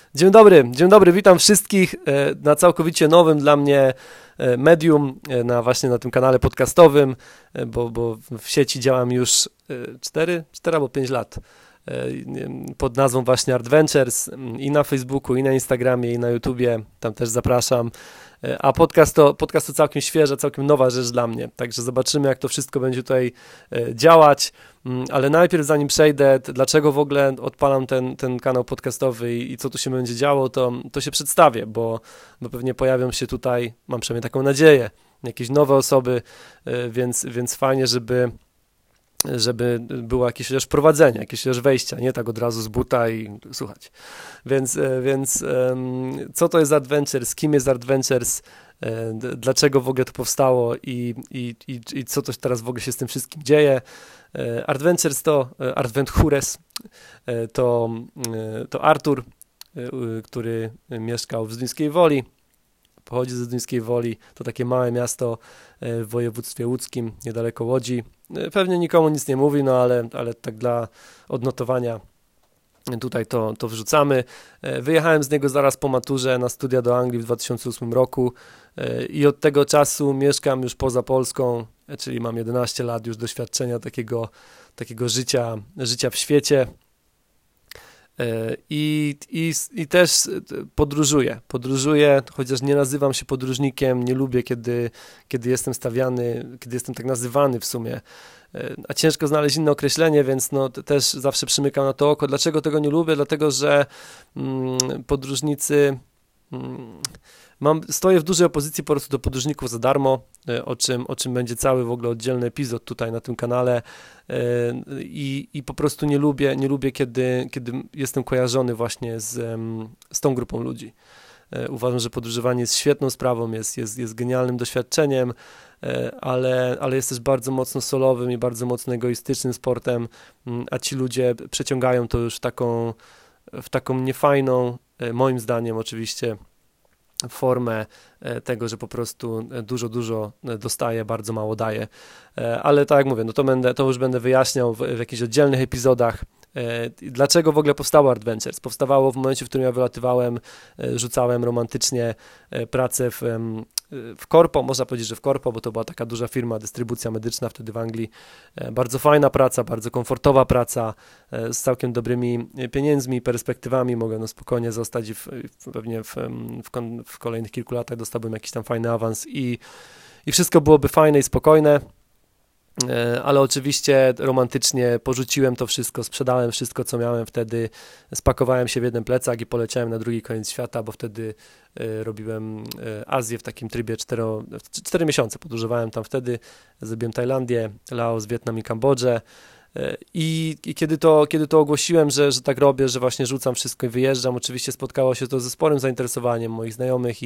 Dzień dobry, witam wszystkich na całkowicie nowym dla mnie medium, właśnie na tym kanale podcastowym, bo w sieci działam już 4 albo 5 lat pod nazwą właśnie Artventures i na Facebooku, i na Instagramie, i na YouTubie, tam też zapraszam. A podcast to całkiem świeża, całkiem nowa rzecz dla mnie, także zobaczymy, jak to wszystko będzie tutaj działać, ale najpierw, zanim przejdę, dlaczego w ogóle odpalam ten kanał podcastowy i co tu się będzie działo, to się przedstawię, bo pewnie pojawią się tutaj, mam przynajmniej taką nadzieję, jakieś nowe osoby, więc fajnie, żeby było jakieś też prowadzenie, jakieś też wejścia, nie tak od razu z buta i słuchać. Więc co to jest Artventures, kim jest Artventures, dlaczego w ogóle to powstało i co to teraz w ogóle się z tym wszystkim dzieje. Artventures Artventures to Artur, który mieszkał w Zduńskiej Woli, pochodzi ze Zduńskiej Woli, to takie małe miasto w województwie łódzkim, niedaleko Łodzi. Pewnie nikomu nic nie mówi, no ale tak dla odnotowania tutaj to wrzucamy. Wyjechałem z niego zaraz po maturze na studia do Anglii w 2008 roku i od tego czasu mieszkam już poza Polską, czyli mam 11 lat już doświadczenia takiego życia w świecie. I też podróżuję, chociaż nie nazywam się podróżnikiem, nie lubię, kiedy jestem stawiany, kiedy jestem tak nazywany w sumie, a ciężko znaleźć inne określenie, więc też zawsze przymykam na to oko. Dlaczego tego nie lubię? Dlatego, że podróżnicy... Stoję w dużej opozycji po prostu do podróżników za darmo, o czym będzie cały w ogóle oddzielny epizod tutaj na tym kanale i po prostu nie lubię kiedy jestem kojarzony właśnie z tą grupą ludzi. Uważam, że podróżowanie jest świetną sprawą, jest genialnym doświadczeniem, ale jest też bardzo mocno solowym i bardzo mocno egoistycznym sportem, a ci ludzie przeciągają to już w taką niefajną, moim zdaniem oczywiście, formę tego, że po prostu dużo dostaje, bardzo mało daje. Ale tak jak mówię, to już będę wyjaśniał w jakichś oddzielnych epizodach. Dlaczego w ogóle powstało Artventures? Powstawało w momencie, w którym ja wylatywałem, rzucałem romantycznie pracę w korpo, można powiedzieć, że w korpo, bo to była taka duża firma, dystrybucja medyczna wtedy w Anglii. Bardzo fajna praca, bardzo komfortowa praca, z całkiem dobrymi pieniędzmi, perspektywami. Mogę spokojnie zostać i pewnie w kolejnych kilku latach dostałbym jakiś tam fajny awans i wszystko byłoby fajne i spokojne. Ale oczywiście romantycznie porzuciłem to wszystko, sprzedałem wszystko, co miałem wtedy, spakowałem się w jeden plecak i poleciałem na drugi koniec świata, bo wtedy robiłem Azję w takim trybie 4 miesiące, podróżowałem tam wtedy, zrobiłem Tajlandię, Laos, Wietnam i Kambodżę. I kiedy to ogłosiłem, że tak robię, że właśnie rzucam wszystko i wyjeżdżam, oczywiście spotkało się to ze sporym zainteresowaniem moich znajomych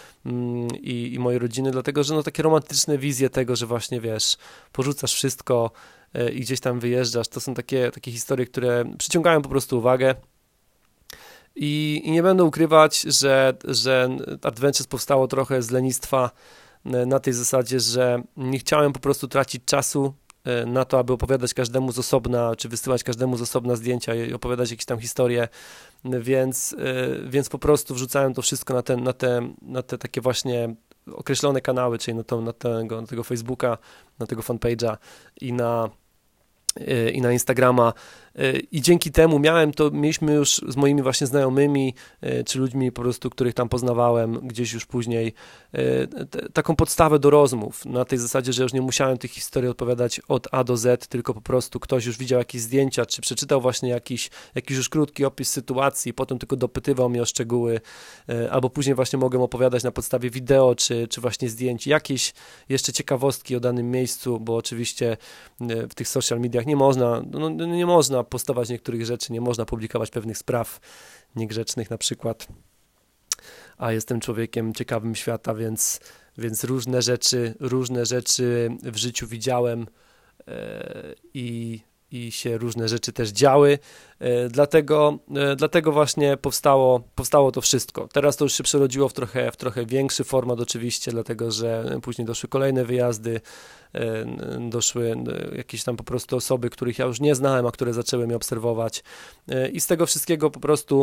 i mojej rodziny, dlatego że takie romantyczne wizje tego, że właśnie wiesz, porzucasz wszystko i gdzieś tam wyjeżdżasz, to są takie historie, które przyciągają po prostu uwagę. I nie będę ukrywać, że Artventures powstało trochę z lenistwa na tej zasadzie, że nie chciałem po prostu tracić czasu na to, aby opowiadać każdemu z osobna, czy wysyłać każdemu z osobna zdjęcia i opowiadać jakieś tam historie, więc po prostu wrzucałem to wszystko na te takie właśnie określone kanały, czyli na tego Facebooka, na tego fanpage'a i na Instagrama. I dzięki temu mieliśmy już z moimi właśnie znajomymi, czy ludźmi po prostu, których tam poznawałem gdzieś już później, taką podstawę do rozmów, na tej zasadzie, że już nie musiałem tych historii odpowiadać od A do Z, tylko po prostu ktoś już widział jakieś zdjęcia, czy przeczytał właśnie jakiś już krótki opis sytuacji, potem tylko dopytywał mnie o szczegóły, albo później właśnie mogłem opowiadać na podstawie wideo, czy właśnie zdjęć, jakieś jeszcze ciekawostki o danym miejscu, bo oczywiście w tych social mediach nie można postować niektórych rzeczy, nie można publikować pewnych spraw niegrzecznych na przykład, a jestem człowiekiem ciekawym świata, więc różne rzeczy w życiu widziałem i się różne rzeczy też działy, dlatego właśnie powstało to wszystko. Teraz to już się przerodziło w trochę większy format oczywiście, dlatego że później doszły kolejne wyjazdy, doszły jakieś tam po prostu osoby, których ja już nie znałem, a które zaczęły mnie obserwować i z tego wszystkiego po prostu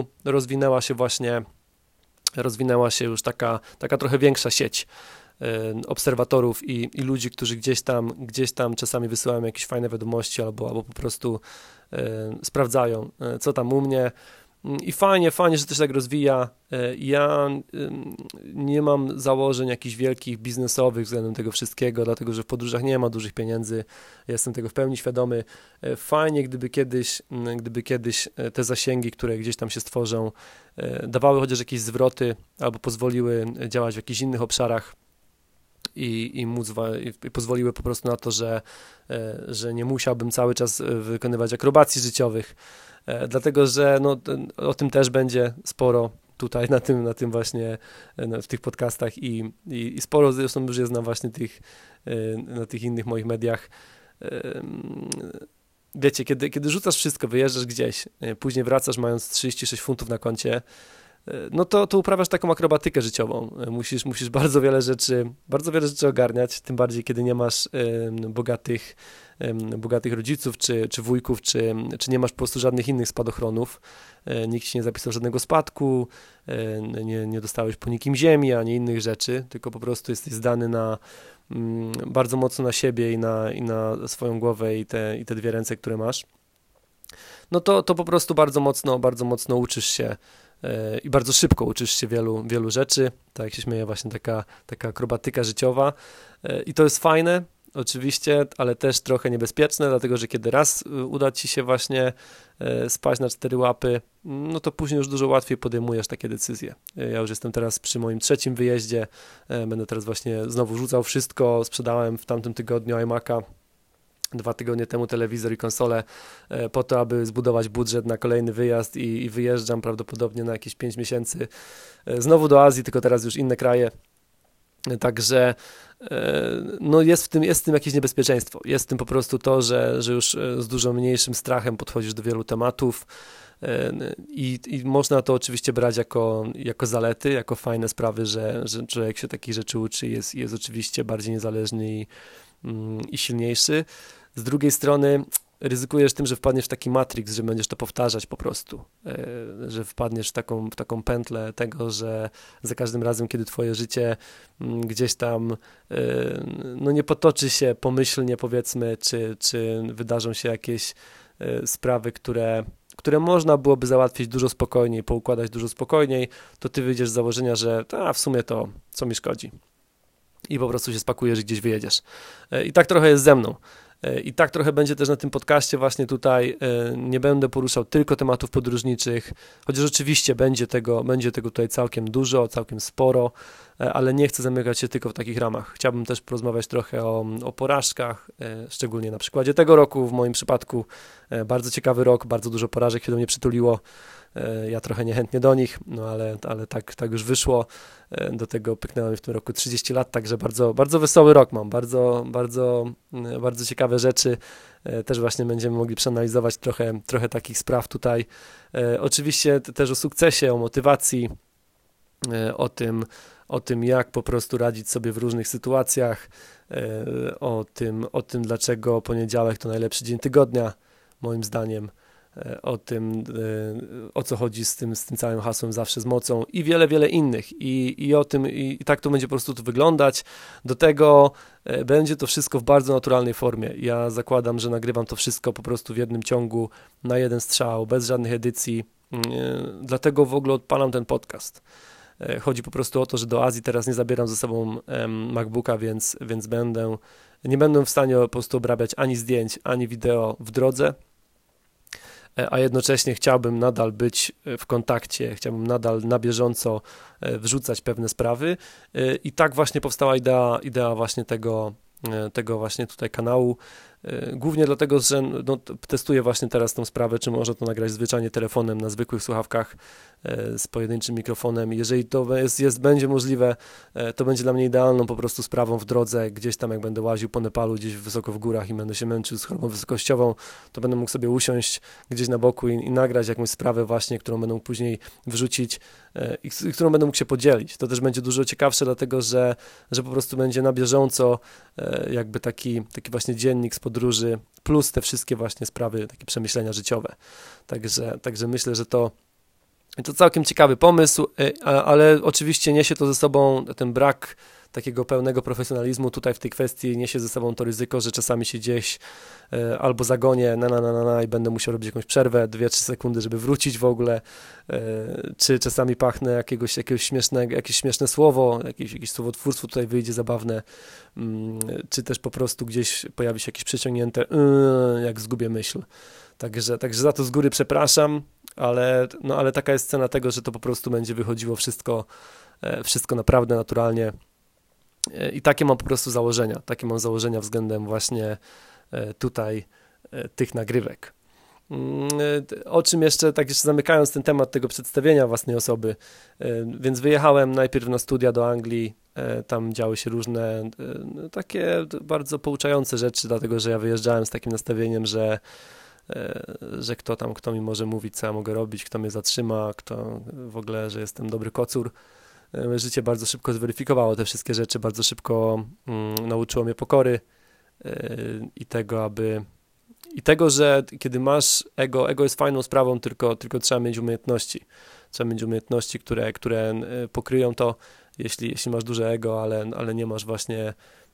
rozwinęła się już taka trochę większa sieć obserwatorów i ludzi, którzy gdzieś tam czasami wysyłają jakieś fajne wiadomości albo po prostu sprawdzają, co tam u mnie. I fajnie, że to się tak rozwija. Ja nie mam założeń jakichś wielkich biznesowych względem tego wszystkiego, dlatego że w podróżach nie ma dużych pieniędzy. Jestem tego w pełni świadomy. Fajnie, gdyby kiedyś te zasięgi, które gdzieś tam się stworzą, dawały chociaż jakieś zwroty albo pozwoliły działać w jakichś innych obszarach i pozwoliły po prostu na to, że nie musiałbym cały czas wykonywać akrobacji życiowych. Dlatego, że o tym też będzie sporo tutaj na tym właśnie, w tych podcastach i sporo zresztą już jest na tych innych moich mediach. Wiecie, kiedy rzucasz wszystko, wyjeżdżasz gdzieś, później wracasz mając 36 funtów na koncie, no to uprawiasz taką akrobatykę życiową. Musisz bardzo wiele rzeczy ogarniać, tym bardziej kiedy nie masz bogatych rodziców, czy wujków, czy nie masz po prostu żadnych innych spadochronów. Nikt ci nie zapisał żadnego spadku, nie dostałeś po nikim ziemi, ani innych rzeczy, tylko po prostu jesteś zdany bardzo mocno na siebie i na swoją głowę i te dwie ręce, które masz. No to po prostu bardzo mocno uczysz się i bardzo szybko uczysz się wielu rzeczy, tak jak się śmieje, właśnie taka akrobatyka życiowa i to jest fajne oczywiście, ale też trochę niebezpieczne, dlatego że kiedy raz uda ci się właśnie spaść na 4 łapy, no to później już dużo łatwiej podejmujesz takie decyzje. Ja już jestem teraz przy moim 3. wyjeździe, będę teraz właśnie znowu rzucał wszystko, sprzedałem w tamtym tygodniu iMac'a, 2 tygodnie temu telewizor i konsolę po to, aby zbudować budżet na kolejny wyjazd i wyjeżdżam prawdopodobnie na jakieś 5 miesięcy znowu do Azji, tylko teraz już inne kraje. Także no jest w tym jakieś niebezpieczeństwo. Jest w tym po prostu to, że już z dużo mniejszym strachem podchodzisz do wielu tematów i można to oczywiście brać jako zalety, jako fajne sprawy, że człowiek się takich rzeczy uczy, jest oczywiście bardziej niezależny i silniejszy. Z drugiej strony ryzykujesz tym, że wpadniesz w taki matrix, że będziesz to powtarzać po prostu, że wpadniesz w taką pętlę tego, że za każdym razem, kiedy twoje życie gdzieś tam no nie potoczy się pomyślnie, powiedzmy, czy wydarzą się jakieś sprawy, które można byłoby załatwić dużo spokojniej, poukładać dużo spokojniej, to ty wyjdziesz z założenia, że w sumie to co mi szkodzi. I po prostu się spakujesz i gdzieś wyjedziesz. I tak trochę jest ze mną. I tak trochę będzie też na tym podcaście właśnie tutaj. Nie będę poruszał tylko tematów podróżniczych, chociaż oczywiście będzie tego tutaj całkiem dużo, całkiem sporo, ale nie chcę zamykać się tylko w takich ramach. Chciałbym też porozmawiać trochę o porażkach, szczególnie na przykładzie tego roku. W moim przypadku bardzo ciekawy rok, bardzo dużo porażek się do mnie przytuliło. Ja trochę niechętnie do nich, no ale tak już wyszło. Do tego pyknęło w tym roku 30 lat, także bardzo, bardzo wesoły rok mam, bardzo ciekawe rzeczy. Też właśnie będziemy mogli przeanalizować trochę takich spraw tutaj. Oczywiście też o sukcesie, o motywacji, o tym jak po prostu radzić sobie w różnych sytuacjach, o tym dlaczego poniedziałek to najlepszy dzień tygodnia, moim zdaniem. O tym, o co chodzi z tym całym hasłem zawsze z mocą i wiele innych i o tym, i tak to będzie po prostu to wyglądać. Do tego będzie to wszystko w bardzo naturalnej formie. Ja zakładam, że nagrywam to wszystko po prostu w jednym ciągu, na jeden strzał, bez żadnych edycji, dlatego w ogóle odpalam ten podcast. Chodzi po prostu o to, że do Azji teraz nie zabieram ze sobą MacBooka, więc nie będę w stanie po prostu obrabiać ani zdjęć, ani wideo w drodze, a jednocześnie chciałbym nadal być w kontakcie, chciałbym nadal na bieżąco wrzucać pewne sprawy i tak właśnie powstała idea właśnie tego właśnie tutaj kanału. Głównie dlatego, że testuję właśnie teraz tą sprawę, czy można to nagrać zwyczajnie telefonem na zwykłych słuchawkach z pojedynczym mikrofonem. Jeżeli to będzie możliwe, to będzie dla mnie idealną po prostu sprawą w drodze, gdzieś tam jak będę łaził po Nepalu, gdzieś wysoko w górach i będę się męczył z chorobą wysokościową, to będę mógł sobie usiąść gdzieś na boku i nagrać jakąś sprawę właśnie, którą będę mógł później wrzucić i którą będę mógł się podzielić. To też będzie dużo ciekawsze, dlatego że po prostu będzie na bieżąco jakby taki właśnie dziennik z podróży, plus te wszystkie właśnie sprawy, takie przemyślenia życiowe. Także myślę, że to całkiem ciekawy pomysł, ale oczywiście niesie to ze sobą ten brak takiego pełnego profesjonalizmu tutaj w tej kwestii, niesie ze sobą to ryzyko, że czasami się gdzieś albo zagonię i będę musiał robić jakąś przerwę, 2-3 sekundy, żeby wrócić w ogóle, czy czasami pachnę jakieś śmieszne słowo, jakieś słowotwórstwo tutaj wyjdzie zabawne, czy też po prostu gdzieś pojawi się jakieś przeciągnięte jak zgubię myśl. Także za to z góry przepraszam, ale taka jest cena tego, że to po prostu będzie wychodziło wszystko naprawdę naturalnie. I takie mam po prostu założenia. Takie mam założenia względem właśnie tutaj tych nagrywek. O czym jeszcze, tak jeszcze zamykając ten temat tego przedstawienia własnej osoby, więc wyjechałem najpierw na studia do Anglii, tam działy się różne takie bardzo pouczające rzeczy, dlatego że ja wyjeżdżałem z takim nastawieniem, że kto mi może mówić, co ja mogę robić, kto mnie zatrzyma, kto w ogóle, że jestem dobry kocur. Życie bardzo szybko zweryfikowało te wszystkie rzeczy, bardzo szybko nauczyło mnie pokory i tego, że kiedy masz ego jest fajną sprawą, tylko trzeba mieć umiejętności. Trzeba mieć umiejętności, które pokryją to, jeśli masz duże ego, ale nie masz właśnie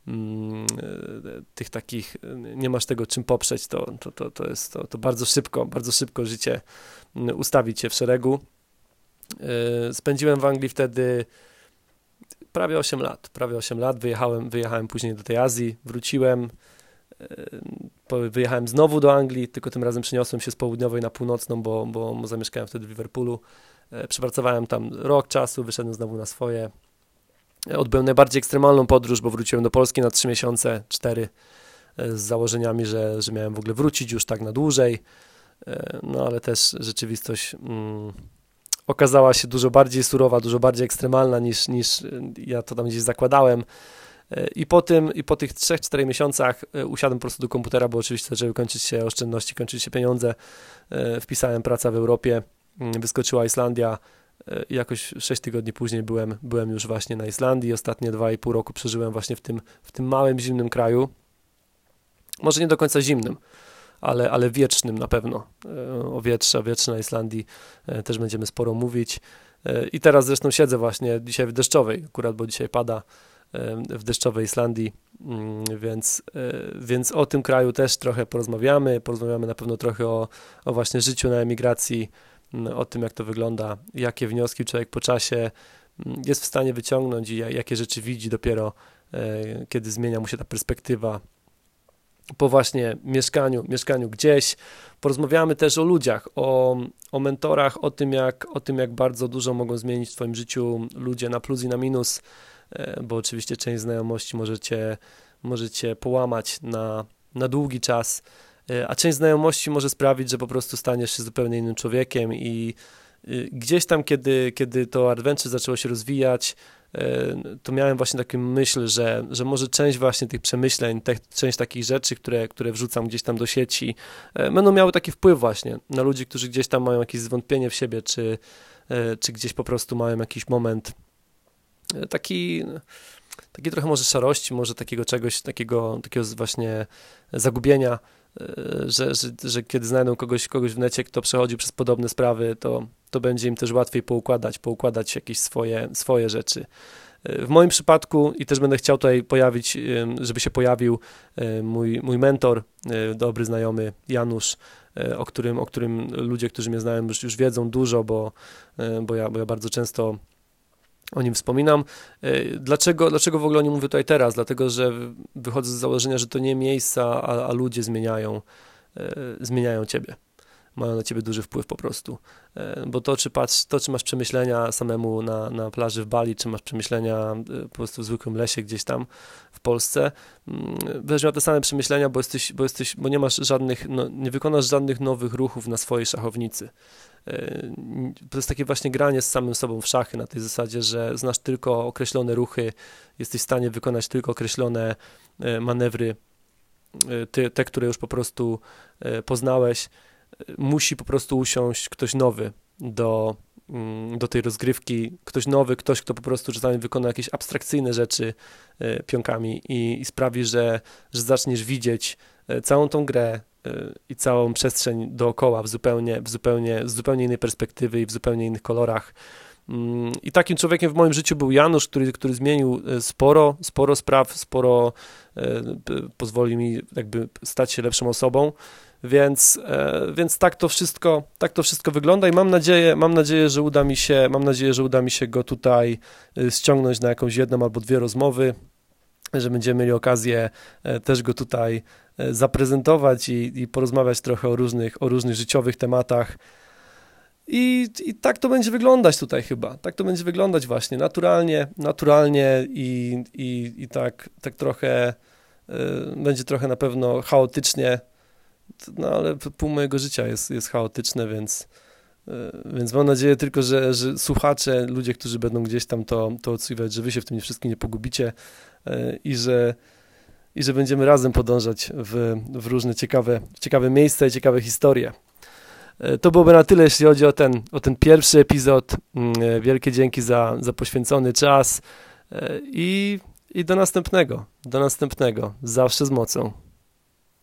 tych takich, nie masz tego czym poprzeć, to bardzo szybko życie ustawi cię w szeregu. Spędziłem w Anglii wtedy prawie 8 lat, wyjechałem później do tej Azji, wróciłem, wyjechałem znowu do Anglii, tylko tym razem przeniosłem się z południowej na północną, bo zamieszkałem wtedy w Liverpoolu, przepracowałem tam rok czasu, wyszedłem znowu na swoje, odbyłem najbardziej ekstremalną podróż, bo wróciłem do Polski na 3 miesiące, 4, z założeniami, że miałem w ogóle wrócić już tak na dłużej, no ale też rzeczywistość okazała się dużo bardziej surowa, dużo bardziej ekstremalna niż ja to tam gdzieś zakładałem. I po tych 3-4 miesiącach usiadłem po prostu do komputera, bo oczywiście zaczęły kończyć się oszczędności, kończyły się pieniądze. Wpisałem praca w Europie, wyskoczyła Islandia. Jakoś 6 tygodni później byłem już właśnie na Islandii. Ostatnie 2,5 roku przeżyłem właśnie w tym małym, zimnym kraju. Może nie do końca zimnym, ale wiecznym na pewno. O wietrze na Islandii też będziemy sporo mówić. I teraz zresztą siedzę właśnie dzisiaj w deszczowej, akurat bo dzisiaj pada, w deszczowej Islandii, więc o tym kraju też trochę porozmawiamy na pewno trochę o właśnie życiu na emigracji, o tym jak to wygląda, jakie wnioski człowiek po czasie jest w stanie wyciągnąć i jakie rzeczy widzi dopiero, kiedy zmienia mu się ta perspektywa po właśnie mieszkaniu gdzieś. Porozmawiamy też o ludziach, o mentorach, o tym jak bardzo dużo mogą zmienić w twoim życiu ludzie na plus i na minus, bo oczywiście część znajomości może cię połamać na długi czas, a część znajomości może sprawić, że po prostu staniesz się zupełnie innym człowiekiem i gdzieś tam, kiedy to adventure zaczęło się rozwijać, to miałem właśnie taką myśl, że może część właśnie tych przemyśleń, część takich rzeczy, które wrzucam gdzieś tam do sieci, będą miały taki wpływ właśnie na ludzi, którzy gdzieś tam mają jakieś zwątpienie w siebie, czy gdzieś po prostu mają jakiś moment taki trochę może szarości, może takiego czegoś, takiego właśnie zagubienia, że kiedy znajdą kogoś w necie, kto przechodził przez podobne sprawy, to będzie im też łatwiej poukładać jakieś swoje rzeczy. W moim przypadku i też będę chciał tutaj żeby się pojawił mój mentor, dobry znajomy Janusz, o którym ludzie, którzy mnie znają już wiedzą dużo, bo ja bardzo często o nim wspominam. Dlaczego w ogóle o nim mówię tutaj teraz? Dlatego, że wychodzę z założenia, że to nie miejsca, a ludzie zmieniają ciebie. mają na ciebie duży wpływ po prostu. Bo to, czy masz przemyślenia samemu na plaży w Bali, czy masz przemyślenia po prostu w zwykłym lesie gdzieś tam w Polsce, będziesz miał te same przemyślenia, bo nie masz żadnych, nie wykonasz żadnych nowych ruchów na swojej szachownicy. To jest takie właśnie granie z samym sobą w szachy na tej zasadzie, że znasz tylko określone ruchy, jesteś w stanie wykonać tylko określone manewry, te, które już po prostu poznałeś. Musi po prostu usiąść ktoś nowy do tej rozgrywki, ktoś, kto po prostu czasami wykona jakieś abstrakcyjne rzeczy pionkami i sprawi, że zaczniesz widzieć całą tą grę i całą przestrzeń dookoła z zupełnie innej perspektywy i w zupełnie innych kolorach. I takim człowiekiem w moim życiu był Janusz, który zmienił sporo spraw, pozwolił mi jakby stać się lepszą osobą, więc tak to wszystko wygląda i mam nadzieję, że uda mi się go tutaj ściągnąć na jakąś jedną albo dwie rozmowy, że będziemy mieli okazję też go tutaj zaprezentować i porozmawiać trochę o różnych życiowych tematach. I tak to będzie wyglądać tutaj chyba. Tak to będzie wyglądać właśnie naturalnie i tak trochę będzie trochę na pewno chaotycznie, no ale pół mojego życia jest chaotyczne, więc mam nadzieję tylko, że słuchacze, ludzie, którzy będą gdzieś tam to odsłuchiwać, że wy się w tym wszystkim nie pogubicie i że będziemy razem podążać w różne ciekawe miejsca i ciekawe historie. To byłoby na tyle, jeśli chodzi o ten pierwszy epizod. Wielkie dzięki za poświęcony czas i do następnego. Zawsze z mocą.